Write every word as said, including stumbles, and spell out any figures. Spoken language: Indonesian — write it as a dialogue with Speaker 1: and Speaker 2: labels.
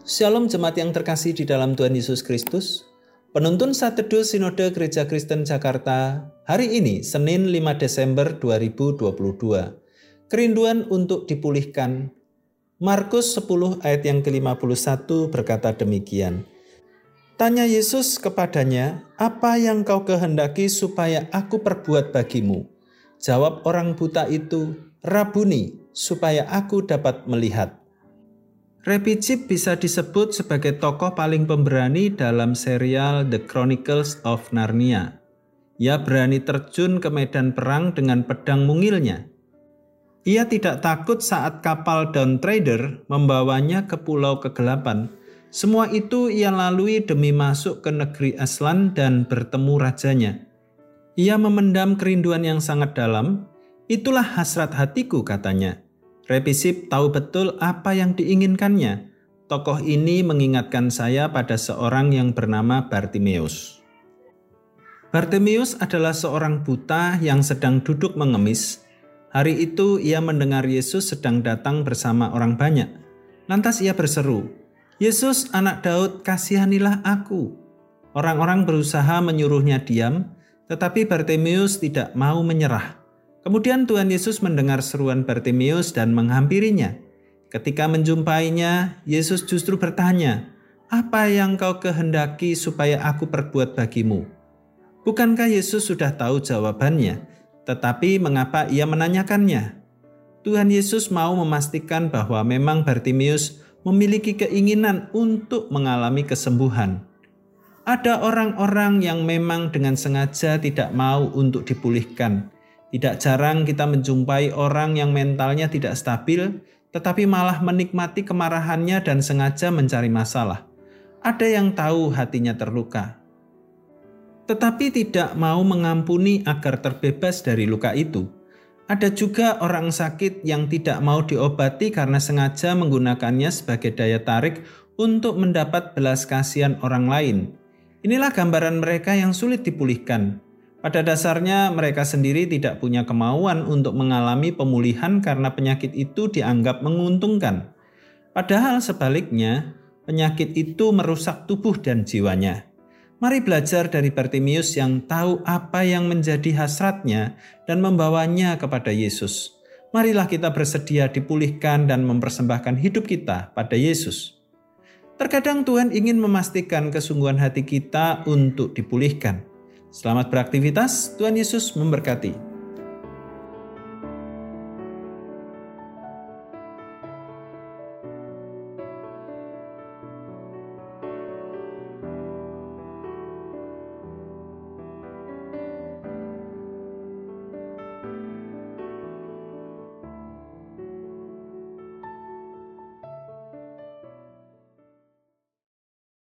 Speaker 1: Shalom jemaat yang terkasih di dalam Tuhan Yesus Kristus. Penuntun Saat Teduh Sinode Gereja Kristen Jakarta hari ini Senin lima Desember dua ribu dua puluh dua. Kerinduan untuk dipulihkan. Markus sepuluh ayat yang ke lima puluh satu berkata demikian. Tanya Yesus kepadanya, "Apa yang kau kehendaki supaya aku perbuat bagimu?" Jawab orang buta itu, "Rabuni, supaya aku dapat melihat." Rabbi Chip bisa disebut sebagai tokoh paling pemberani dalam serial The Chronicles of Narnia. Ia berani terjun ke medan perang dengan pedang mungilnya. Ia tidak takut saat kapal Dawn Trader membawanya ke pulau kegelapan. Semua itu ia lalui demi masuk ke negeri Aslan dan bertemu rajanya. Ia memendam kerinduan yang sangat dalam. "Itulah hasrat hatiku," katanya. Rabbi Chip tahu betul apa yang diinginkannya. Tokoh ini mengingatkan saya pada seorang yang bernama Bartimeus. Bartimeus adalah seorang buta yang sedang duduk mengemis. Hari itu ia mendengar Yesus sedang datang bersama orang banyak. Lantas ia berseru, "Yesus, anak Daud, kasihanilah aku." Orang-orang berusaha menyuruhnya diam, tetapi Bartimeus tidak mau menyerah. Kemudian Tuhan Yesus mendengar seruan Bartimeus dan menghampirinya. Ketika menjumpainya, Yesus justru bertanya, "Apa yang kau kehendaki supaya aku perbuat bagimu?" Bukankah Yesus sudah tahu jawabannya? Tetapi mengapa ia menanyakannya? Tuhan Yesus mau memastikan bahwa memang Bartimeus memiliki keinginan untuk mengalami kesembuhan. Ada orang-orang yang memang dengan sengaja tidak mau untuk dipulihkan. Tidak jarang kita menjumpai orang yang mentalnya tidak stabil, tetapi malah menikmati kemarahannya dan sengaja mencari masalah. Ada yang tahu hatinya terluka, tetapi tidak mau mengampuni agar terbebas dari luka itu. Ada juga orang sakit yang tidak mau diobati karena sengaja menggunakannya sebagai daya tarik untuk mendapat belas kasihan orang lain. Inilah gambaran mereka yang sulit dipulihkan. Pada dasarnya mereka sendiri tidak punya kemauan untuk mengalami pemulihan karena penyakit itu dianggap menguntungkan. Padahal sebaliknya, penyakit itu merusak tubuh dan jiwanya. Mari belajar dari Bartimeus yang tahu apa yang menjadi hasratnya dan membawanya kepada Yesus. Marilah kita bersedia dipulihkan dan mempersembahkan hidup kita pada Yesus. Terkadang Tuhan ingin memastikan kesungguhan hati kita untuk dipulihkan. Selamat beraktivitas, Tuhan Yesus memberkati.